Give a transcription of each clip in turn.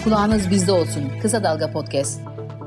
Kulağınız bizde olsun. Kısa Dalga Podcast.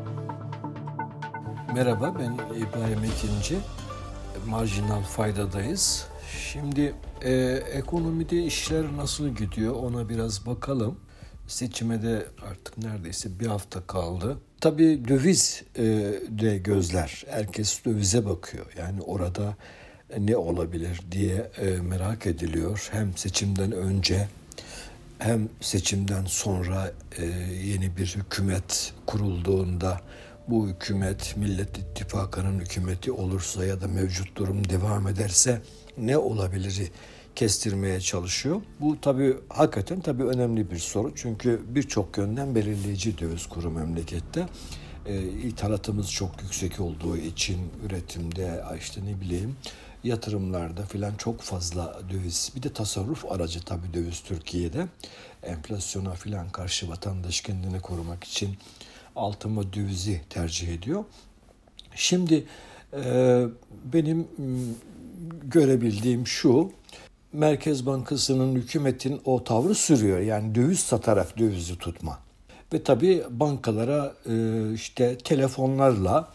Merhaba, ben İbrahim Ekinci. Marjinal Fayda'dayız. Şimdi ekonomide işler nasıl gidiyor ona biraz bakalım. Seçime de artık neredeyse bir hafta kaldı. Tabii döviz de gözler. Herkes dövize bakıyor. Yani orada ne olabilir diye merak ediliyor. Hem seçimden önce hem seçimden sonra yeni bir hükümet kurulduğunda bu hükümet Millet İttifakı'nın hükümeti olursa ya da mevcut durum devam ederse ne olabilir kestirmeye çalışıyor. Bu tabii hakikaten önemli bir soru. Çünkü birçok yönden belirleyici döviz kuru memlekette. İthalatımız çok yüksek olduğu için üretimde yatırımlarda filan çok fazla döviz. Bir de tasarruf aracı tabii döviz Türkiye'de. Enflasyona filan karşı vatandaş kendini korumak için altın ve dövizi tercih ediyor. Şimdi benim görebildiğim şu, Merkez Bankası'nın hükümetin o tavrı sürüyor. Yani döviz satarak dövizi tutma. Ve tabii bankalara telefonlarla,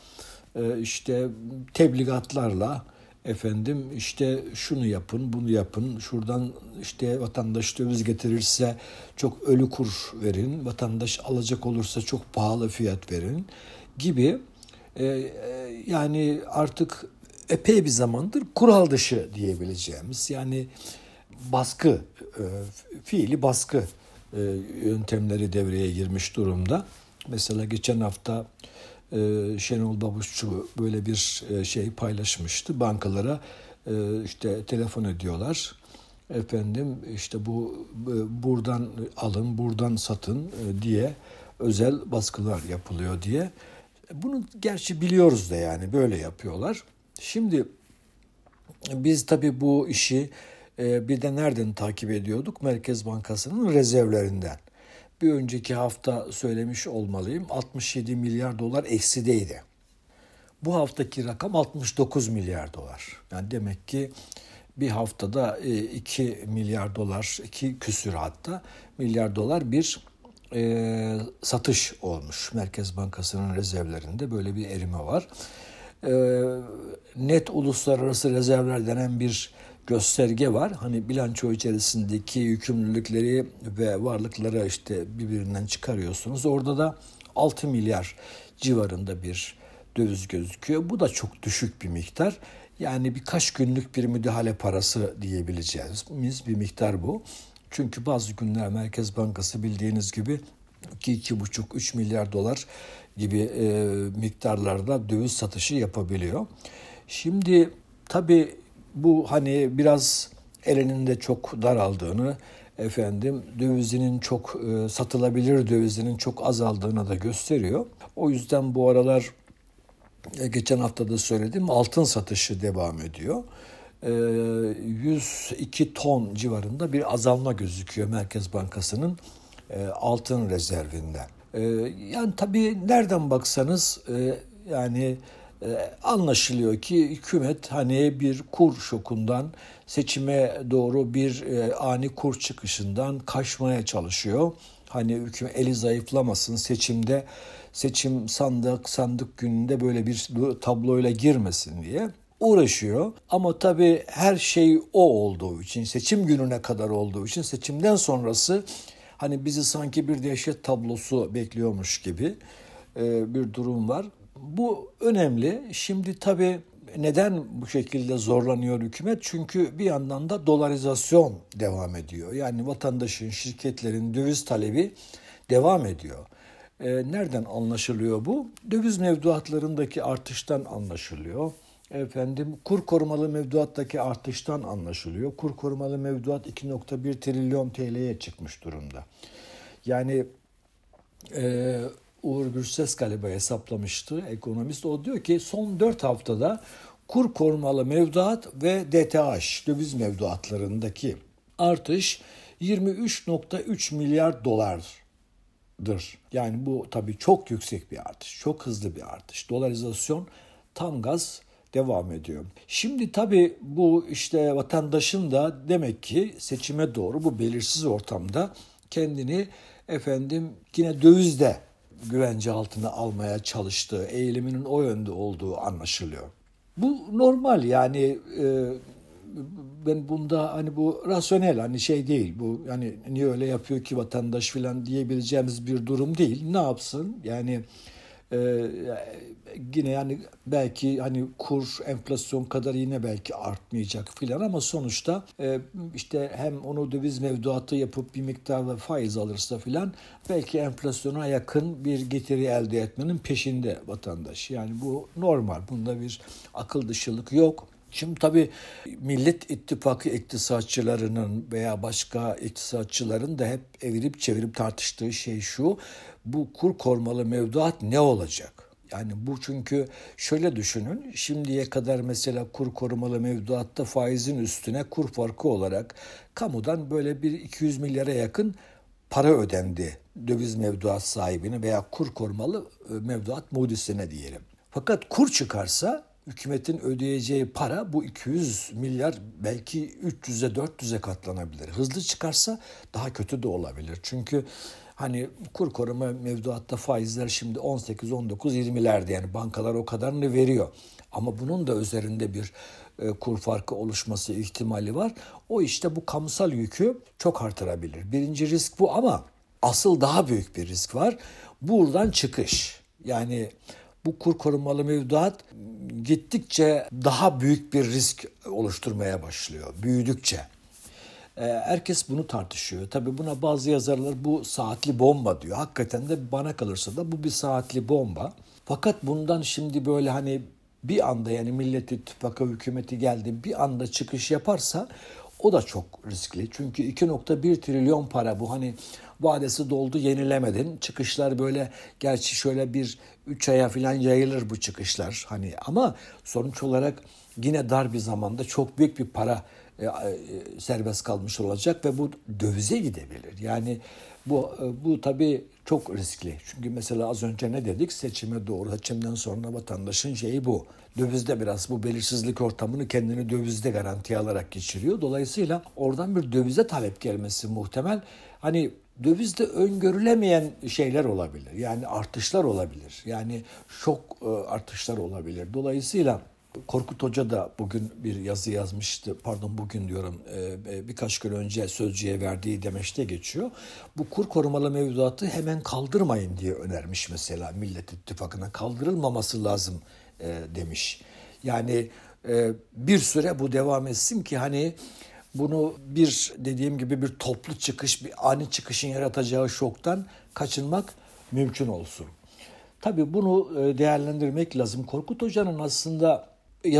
tebligatlarla şunu yapın, bunu yapın, şuradan vatandaş döviz getirirse çok ölü kur verin, vatandaş alacak olursa çok pahalı fiyat verin gibi yani artık epey bir zamandır kural dışı diyebileceğimiz yani baskı, fiili baskı yöntemleri devreye girmiş durumda. Mesela geçen hafta Şenol Babuşçu böyle bir şey paylaşmıştı. Bankalara telefon ediyorlar. Buradan alın, buradan satın diye özel baskılar yapılıyor diye. Bunu gerçi biliyoruz da yani böyle yapıyorlar. Şimdi biz tabii bu işi bir de nereden takip ediyorduk? Merkez Bankası'nın rezervlerinden. Bir önceki hafta söylemiş olmalıyım 67 milyar dolar eksideydi. Bu haftaki rakam 69 milyar dolar. Yani demek ki bir haftada 2 milyar dolar, 2 küsür hatta milyar dolar bir satış olmuş. Merkez Bankası'nın rezervlerinde böyle bir erime var. Net uluslararası rezervler denen bir gösterge var. Hani bilanço içerisindeki yükümlülükleri ve varlıkları birbirinden çıkarıyorsunuz. Orada da 6 milyar civarında bir döviz gözüküyor. Bu da çok düşük bir miktar. Yani birkaç günlük bir müdahale parası diyebileceğimiz bir miktar bu. Çünkü bazı günler Merkez Bankası bildiğiniz gibi 2,5-3 milyar dolar gibi miktarlarda döviz satışı yapabiliyor. Şimdi tabii bu hani biraz elinin de çok daraldığını, dövizinin çok satılabilir dövizinin çok azaldığını da gösteriyor. O yüzden bu aralar geçen hafta da söyledim altın satışı devam ediyor. 102 ton civarında bir azalma gözüküyor Merkez Bankası'nın altın rezervinden. Yani tabii nereden baksanız anlaşılıyor ki hükümet hani bir kur şokundan seçime doğru bir ani kur çıkışından kaçmaya çalışıyor. Hani hükümet eli zayıflamasın seçim sandık gününde böyle bir tabloyla girmesin diye uğraşıyor. Ama tabii her şey o olduğu için seçim gününe kadar olduğu için seçimden sonrası hani bizi sanki bir dehşet tablosu bekliyormuş gibi bir durum var. Bu önemli. Şimdi tabii neden bu şekilde zorlanıyor hükümet? Çünkü bir yandan da dolarizasyon devam ediyor. Yani vatandaşın, şirketlerin döviz talebi devam ediyor. Nereden anlaşılıyor bu? Döviz mevduatlarındaki artıştan anlaşılıyor. Kur korumalı mevduattaki artıştan anlaşılıyor. Kur korumalı mevduat 2,1 trilyon TL'ye çıkmış durumda. Yani Uğur Gürses galiba hesaplamıştı ekonomist. O diyor ki son 4 haftada kur korumalı mevduat ve DTH döviz mevduatlarındaki artış 23,3 milyar dolardır. Yani bu tabii çok yüksek bir artış, çok hızlı bir artış. Dolarizasyon tam gaz devam ediyor. Şimdi tabii bu vatandaşın da demek ki seçime doğru bu belirsiz ortamda kendini Yine dövizde güvence altına almaya çalıştığı, eğiliminin o yönde olduğu anlaşılıyor. Bu normal yani ben bunda hani bu rasyonel hani şey değil. Bu yani niye öyle yapıyor ki vatandaş filan diyebileceğimiz bir durum değil. Ne yapsın? Yani yine yani belki hani kur enflasyon kadar yine belki artmayacak filan ama sonuçta işte hem onu döviz mevduatı yapıp bir miktarda faiz alırsa filan belki enflasyona yakın bir getiri elde etmenin peşinde vatandaş. Yani bu normal. Bunda bir akıl dışılık yok. Şimdi tabii Millet İttifakı iktisatçılarının veya başka iktisatçıların da hep evirip çevirip tartıştığı şey şu: bu kur korumalı mevduat ne olacak? Yani bu çünkü şöyle düşünün, şimdiye kadar mesela kur korumalı mevduatta faizin üstüne kur farkı olarak kamudan böyle bir 200 milyara yakın para ödendi döviz mevduat sahibine veya kur korumalı mevduat muhdisine diyelim. Fakat kur çıkarsa hükümetin ödeyeceği para bu 200 milyar belki 300'e 400'e katlanabilir. Hızlı çıkarsa daha kötü de olabilir. Çünkü hani kur koruma mevduatta faizler şimdi 18, 19, 20'lerde yani bankalar o kadarını veriyor. Ama bunun da üzerinde bir kur farkı oluşması ihtimali var. O işte bu kamusal yükü çok artırabilir. Birinci risk bu ama asıl daha büyük bir risk var. Buradan çıkış. Yani bu kur korumalı mevduat gittikçe daha büyük bir risk oluşturmaya başlıyor, büyüdükçe. Herkes bunu tartışıyor. Tabii buna bazı yazarlar bu saatli bomba diyor. Hakikaten de bana kalırsa da bu bir saatli bomba. Fakat bundan şimdi böyle hani bir anda yani Millet İttifakı hükümeti geldi bir anda çıkış yaparsa o da çok riskli. Çünkü 2,1 trilyon para bu hani vadesi doldu yenilemedin. Çıkışlar böyle gerçi şöyle bir 3 aya falan yayılır bu çıkışlar. Hani ama sonuç olarak yine dar bir zamanda çok büyük bir para serbest kalmış olacak ve bu dövize gidebilir. Yani bu tabii çok riskli. Çünkü mesela az önce ne dedik? Seçime doğru, seçimden sonra vatandaşın şeyi bu. Dövizde biraz bu belirsizlik ortamını kendini dövizde garantiye alarak geçiriyor. Dolayısıyla oradan bir dövize talep gelmesi muhtemel. Hani dövizde öngörülemeyen şeyler olabilir. Yani artışlar olabilir. Yani şok artışlar olabilir. Dolayısıyla Korkut Hoca da bugün bir yazı yazmıştı. Bugün diyorum birkaç gün önce Sözcü'ye verdiği demeçte geçiyor. Bu kur korumalı mevduatı hemen kaldırmayın diye önermiş mesela Millet İttifakı'na. Kaldırılmaması lazım demiş. Yani bir süre bu devam etsin ki hani bunu bir dediğim gibi bir toplu çıkış, bir ani çıkışın yaratacağı şoktan kaçınmak mümkün olsun. Tabii bunu değerlendirmek lazım. Korkut Hoca'nın aslında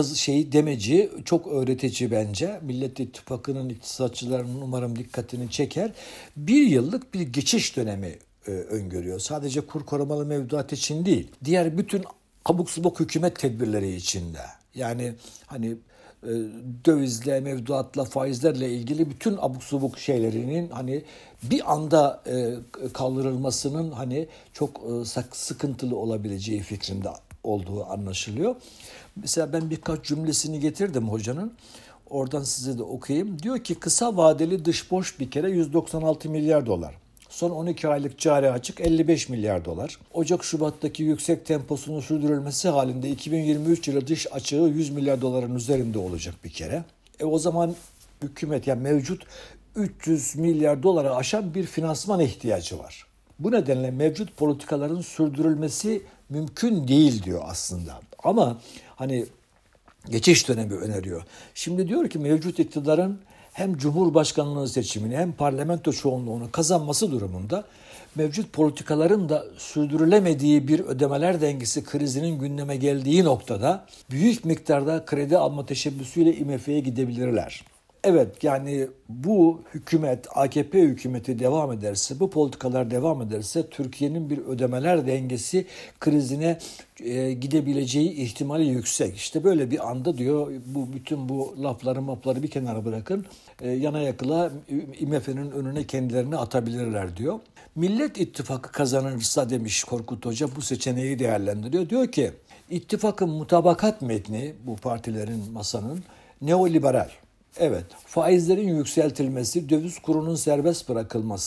demeci çok öğretici bence. Millet İttifakı'nın iktisatçılarının umarım dikkatini çeker. Bir yıllık bir geçiş dönemi öngörüyor. Sadece kur korumalı mevduat için değil. Diğer bütün abuk subuk hükümet tedbirleri içinde. Yani hani dövizle, mevduatla, faizlerle ilgili bütün abuk subuk şeylerinin hani bir anda kaldırılmasının hani çok sıkıntılı olabileceği fikrinde olduğu anlaşılıyor. Mesela ben birkaç cümlesini getirdim hocanın. Oradan size de okuyayım. Diyor ki kısa vadeli dış borç bir kere 196 milyar dolar. Son 12 aylık cari açık 55 milyar dolar. Ocak-Şubat'taki yüksek temposunun sürdürülmesi halinde 2023 yılı dış açığı 100 milyar doların üzerinde olacak bir kere. O zaman hükümet yani mevcut 300 milyar dolara aşan bir finansman ihtiyacı var. Bu nedenle mevcut politikaların sürdürülmesi mümkün değil diyor aslında. Ama hani geçiş dönemi öneriyor. Şimdi diyor ki mevcut iktidarın hem Cumhurbaşkanlığı seçimini hem parlamento çoğunluğunu kazanması durumunda mevcut politikaların da sürdürülemediği bir ödemeler dengesi krizinin gündeme geldiği noktada büyük miktarda kredi alma teşebbüsüyle IMF'ye gidebilirler. Evet yani bu hükümet, AKP hükümeti devam ederse, bu politikalar devam ederse Türkiye'nin bir ödemeler dengesi krizine gidebileceği ihtimali yüksek. İşte böyle bir anda diyor bütün bu lafları bir kenara bırakın. Yana yakıla IMF'nin önüne kendilerini atabilirler diyor. Millet İttifakı kazanırsa demiş Korkut Hoca bu seçeneği değerlendiriyor. Diyor ki ittifakın mutabakat metni bu partilerin masanın neoliberal. Evet, faizlerin yükseltilmesi, döviz kurunun serbest bırakılması,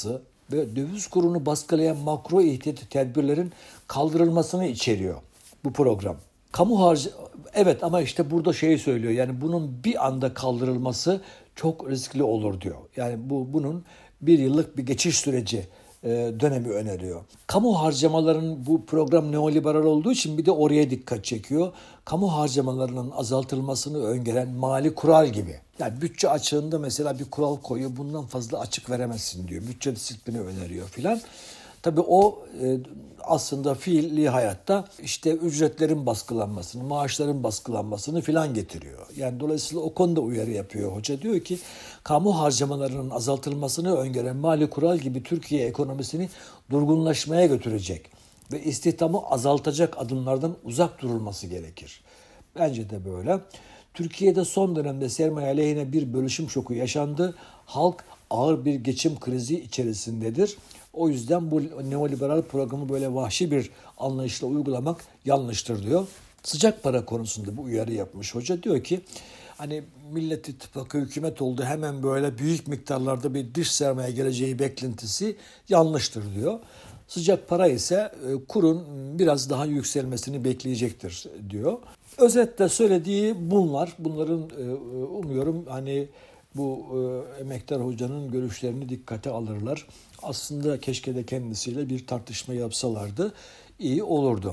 ve döviz kurunu baskılayan makro ihtiyati tedbirlerin kaldırılmasını içeriyor bu program. Evet, ama işte burada şeyi söylüyor. Yani bunun bir anda kaldırılması çok riskli olur diyor. Yani bunun bir yıllık bir geçiş süreci dönemi öneriyor. Kamu harcamalarının, bu program neoliberal olduğu için bir de oraya dikkat çekiyor. Kamu harcamalarının azaltılmasını öngören mali kural gibi. Yani bütçe açığında mesela bir kural koyuyor. Bundan fazla açık veremezsin diyor. Bütçe disiplini öneriyor filan. Tabii o aslında fiili hayatta işte ücretlerin baskılanmasını, maaşların baskılanmasını filan getiriyor. Yani dolayısıyla o konuda uyarı yapıyor. Hoca diyor ki kamu harcamalarının azaltılmasını öngören mali kural gibi Türkiye ekonomisini durgunlaşmaya götürecek ve istihdamı azaltacak adımlardan uzak durulması gerekir. Bence de böyle. Türkiye'de son dönemde sermaye lehine bir bölüşüm şoku yaşandı. Halk ağır bir geçim krizi içerisindedir. O yüzden bu neoliberal programı böyle vahşi bir anlayışla uygulamak yanlıştır diyor. Sıcak para konusunda bu uyarı yapmış hoca. Diyor ki hani Millet İttifakı hükümet oldu, hemen böyle büyük miktarlarda bir dış sermaye geleceği beklentisi yanlıştır diyor. Sıcak para ise kurun biraz daha yükselmesini bekleyecektir diyor. Özetle söylediği bunlar. Bunların umuyorum hani bu emektar hocanın görüşlerini dikkate alırlar. Aslında keşke de kendisiyle bir tartışma yapsalardı, iyi olurdu.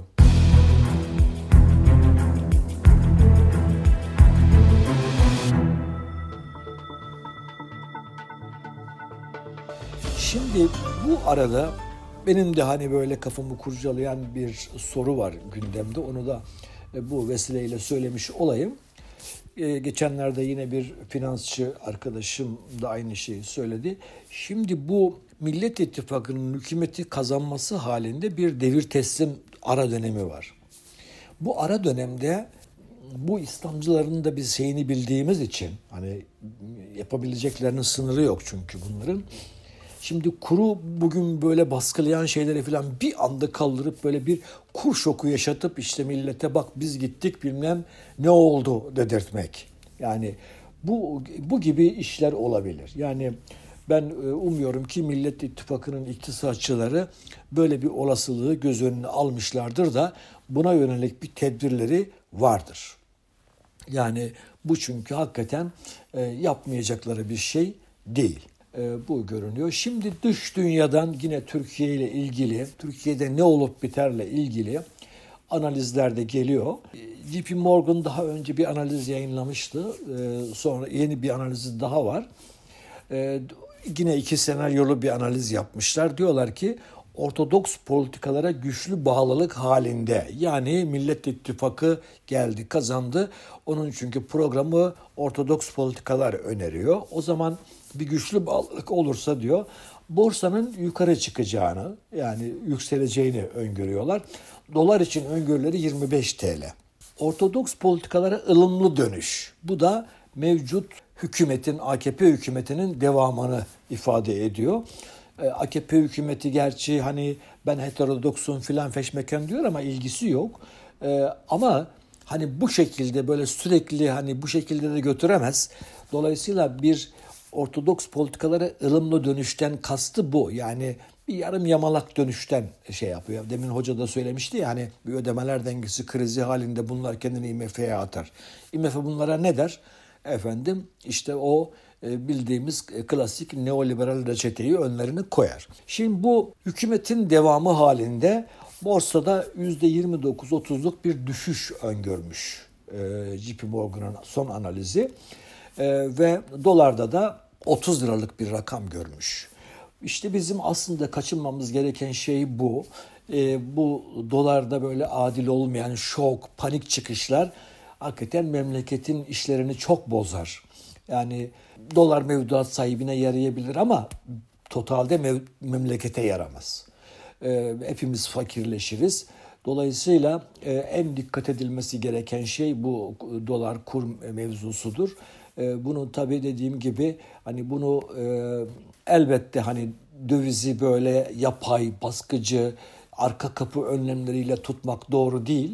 Şimdi bu arada benim de hani böyle kafamı kurcalayan bir soru var gündemde. Onu da bu vesileyle söylemiş olayım. Geçenlerde yine bir finansçı arkadaşım da aynı şeyi söyledi. Şimdi bu Millet İttifakı'nın hükümeti kazanması halinde bir devir teslim ara dönemi var. Bu ara dönemde bu İslamcıların da biz şeyini bildiğimiz için hani yapabileceklerinin sınırı yok çünkü bunların. Şimdi kuru bugün böyle baskılayan şeyleri falan bir anda kaldırıp böyle bir kur şoku yaşatıp işte millete bak biz gittik bilmem ne oldu dedirtmek. Yani bu gibi işler olabilir. Yani ben umuyorum ki Millet İttifakı'nın iktisatçıları böyle bir olasılığı göz önüne almışlardır da buna yönelik bir tedbirleri vardır. Yani bu çünkü hakikaten yapmayacakları bir şey değil. Bu görünüyor. Şimdi dış dünyadan yine Türkiye ile ilgili, Türkiye'de ne olup biterle ilgili analizler de geliyor. JP Morgan daha önce bir analiz yayınlamıştı. Sonra yeni bir analizi daha var. Yine iki senaryolu bir analiz yapmışlar. Diyorlar ki Ortodoks politikalara güçlü bağlılık halinde, yani Millet İttifakı geldi kazandı. Onun çünkü programı Ortodoks politikalar öneriyor. O zaman bir güçlü bağlılık olursa diyor borsanın yukarı çıkacağını, yani yükseleceğini öngörüyorlar. Dolar için öngörüleri 25 TL. Ortodoks politikalara ılımlı dönüş. Bu da mevcut hükümetin, AKP hükümetinin devamını ifade ediyor. AKP hükümeti gerçi hani ben heterodoksun filan feşmeken diyor ama ilgisi yok. Ama hani bu şekilde böyle sürekli hani bu şekilde de götüremez. Dolayısıyla bir Ortodoks politikalara ılımlı dönüşten kastı bu. Yani bir yarım yamalak dönüşten şey yapıyor. Demin hoca da söylemişti ya hani bir ödemeler dengesi krizi halinde bunlar kendini IMF'ye atar. IMF bunlara ne der? Efendim işte o bildiğimiz klasik neoliberal reçeteyi önlerine koyar. Şimdi bu hükümetin devamı halinde borsada %29-30'luk bir düşüş öngörmüş JP Morgan'ın son analizi ve dolarda da 30 liralık bir rakam görmüş. İşte bizim aslında kaçınmamız gereken şey bu. Bu dolarda böyle adil olmayan şok, panik çıkışlar hakikaten memleketin işlerini çok bozar. Yani dolar mevduat sahibine yarayabilir ama totalde memlekete yaramaz. Hepimiz fakirleşiriz. Dolayısıyla en dikkat edilmesi gereken şey bu dolar kur mevzusudur. Bunu tabii dediğim gibi hani bunu elbette hani dövizi böyle yapay, baskıcı, arka kapı önlemleriyle tutmak doğru değil.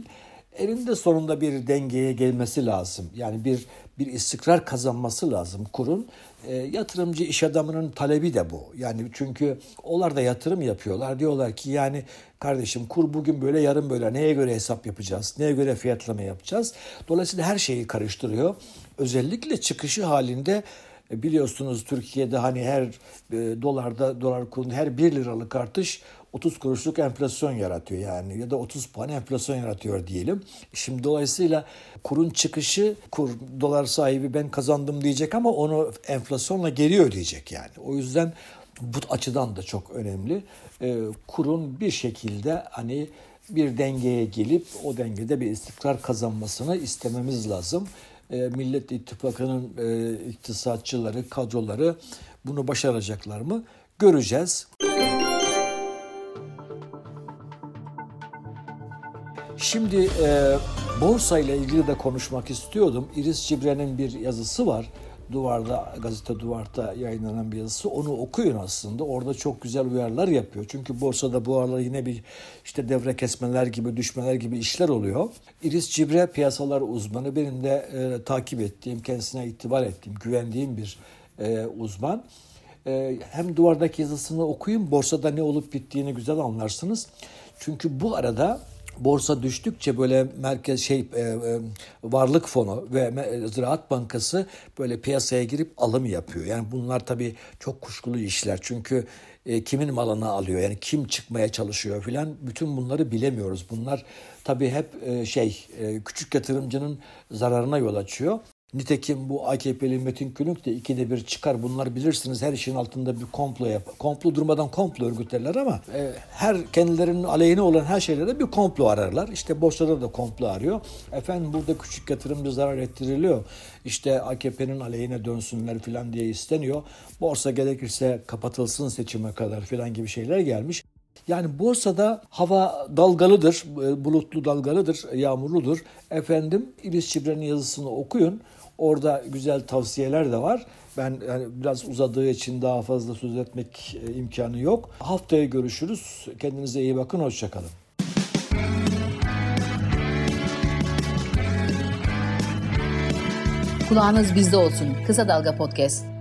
Elinde sonunda bir dengeye gelmesi lazım. Yani bir istikrar kazanması lazım kurun. Yatırımcı iş adamının talebi de bu. Yani çünkü onlar da yatırım yapıyorlar. Diyorlar ki yani kardeşim kur bugün böyle yarın böyle, neye göre hesap yapacağız? Neye göre fiyatlama yapacağız? Dolayısıyla her şeyi karıştırıyor. Özellikle çıkışı halinde biliyorsunuz Türkiye'de hani her dolar kurunun her 1 liralık artış 30 kuruşluk enflasyon yaratıyor yani, ya da 30 puan enflasyon yaratıyor diyelim. Şimdi dolayısıyla kurun çıkışı, dolar sahibi ben kazandım diyecek ama onu enflasyonla geri ödeyecek yani. O yüzden bu açıdan da çok önemli. Kurun bir şekilde hani bir dengeye gelip o dengede bir istikrar kazanmasını istememiz lazım. Millet İttifakı'nın iktisatçıları, kadroları bunu başaracaklar mı? Göreceğiz. Şimdi borsa ile ilgili de konuşmak istiyordum. İris Cibre'nin bir yazısı var. Gazete Duvar'da yayınlanan bir yazısı. Onu okuyun aslında. Orada çok güzel uyarılar yapıyor. Çünkü borsada bu aralar yine bir işte devre kesmeler gibi, düşmeler gibi işler oluyor. İris Cibre piyasalar uzmanı. Benim de takip ettiğim, kendisine itibar ettiğim, güvendiğim bir uzman. Hem Duvar'daki yazısını okuyun, borsada ne olup bittiğini güzel anlarsınız. Çünkü bu arada borsa düştükçe böyle varlık fonu ve Ziraat Bankası böyle piyasaya girip alım yapıyor. Yani bunlar tabii çok kuşkulu işler. Çünkü kimin malını alıyor, yani kim çıkmaya çalışıyor filan, bütün bunları bilemiyoruz. Bunlar tabii hep küçük yatırımcının zararına yol açıyor. Nitekim bu AKP'li Metin Külünk de ikide bir çıkar. Bunlar bilirsiniz her işin altında bir komplo yapar. Komplo durmadan komplo örgütlerler ama her kendilerinin aleyhine olan her şeylere bir komplo ararlar. İşte borsada da komplo arıyor. Efendim burada küçük yatırımcı zarar ettiriliyor. İşte AKP'nin aleyhine dönsünler falan diye isteniyor. Borsa gerekirse kapatılsın seçime kadar falan gibi şeyler gelmiş. Yani borsada hava dalgalıdır, bulutlu dalgalıdır, yağmurludur. Efendim İris Cibre'nin yazısını okuyun. Orada güzel tavsiyeler de var. Ben yani biraz uzadığı için daha fazla söz etmek imkanı yok. Haftaya görüşürüz. Kendinize iyi bakın. Hoşça kalın. Kulağınız bizde olsun. Kısa Dalga Podcast.